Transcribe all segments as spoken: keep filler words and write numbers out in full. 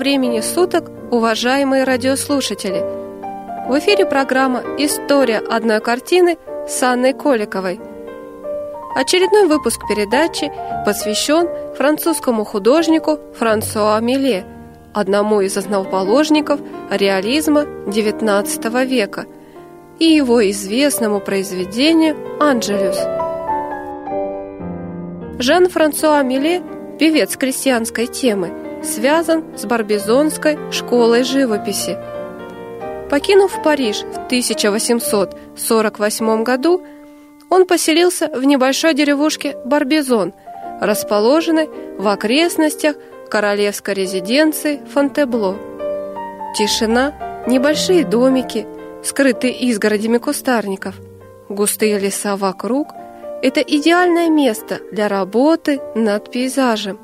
времени суток, уважаемые радиослушатели! В эфире программа «История одной картины» с Анной Коликовой. Очередной выпуск передачи посвящен французскому художнику Франсуа Миле, одному из основоположников реализма девятнадцатого века, и его известному произведению «Анжелюс». Жан-Франсуа Миле, певец крестьянской темы, связан с Барбизонской школой живописи. Покинув Париж в тысяча восемьсот сорок восьмом году, он поселился в небольшой деревушке Барбизон, расположенной в окрестностях королевской резиденции Фонтебло. Тишина, небольшие домики, скрытые изгородями кустарников, густые леса вокруг – это идеальное место для работы над пейзажем.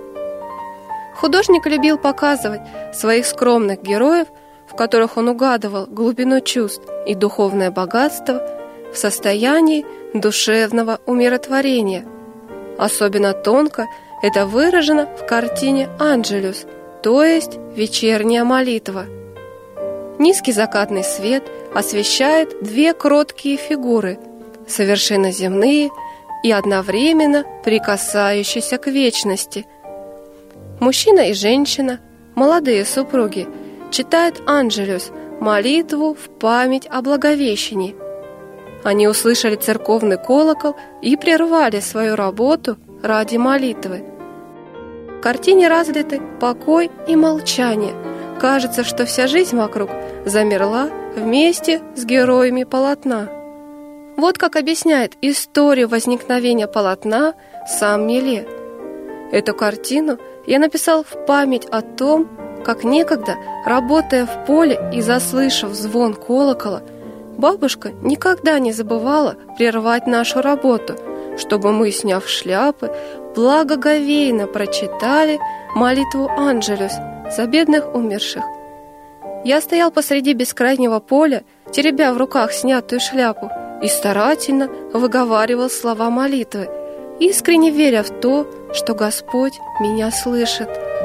Художник любил показывать своих скромных героев, в которых он угадывал глубину чувств и духовное богатство, в состоянии душевного умиротворения. Особенно тонко это выражено в картине «Анжелюс», то есть «Вечерняя молитва». Низкий закатный свет освещает две кроткие фигуры, совершенно земные и одновременно прикасающиеся к вечности. Мужчина и женщина, молодые супруги, читают «Анжелюс», молитву в память о Благовещении. Они услышали церковный колокол и прервали свою работу ради молитвы. В картине разлиты покой и молчание. Кажется, что вся жизнь вокруг замерла вместе с героями полотна. Вот как объясняет историю возникновения полотна сам Миле. Эту картину я написал в память о том, как некогда, работая в поле и заслышав звон колокола, бабушка никогда не забывала прервать нашу работу, чтобы мы, сняв шляпы, благоговейно прочитали молитву «Анжелюс» за бедных умерших. Я стоял посреди бескрайнего поля, теребя в руках снятую шляпу, и старательно выговаривал слова молитвы, искренне веря в то, что Господь меня слышит.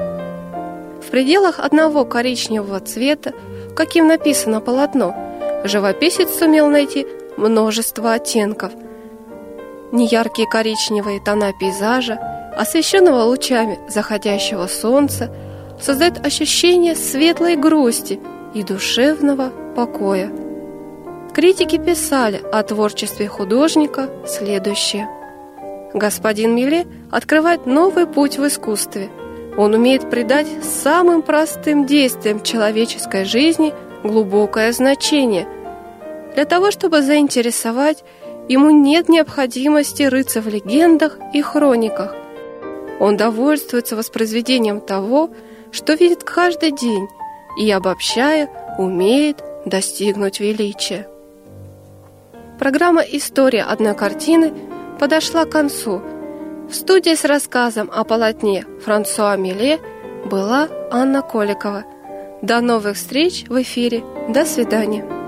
В пределах одного коричневого цвета, каким написано полотно, живописец сумел найти множество оттенков. Неяркие коричневые тона пейзажа, освещенного лучами заходящего солнца, создают ощущение светлой грусти и душевного покоя. Критики писали о творчестве художника следующее. Господин Миле открывает новый путь в искусстве. Он умеет придать самым простым действиям человеческой жизни глубокое значение. Для того, чтобы заинтересовать, ему нет необходимости рыться в легендах и хрониках. Он довольствуется воспроизведением того, что видит каждый день, и, обобщая, умеет достигнуть величия. Программа «История одной картины» подошла к концу. В студии с рассказом о полотне Франсуа Миле была Анна Коликова. До новых встреч в эфире. До свидания.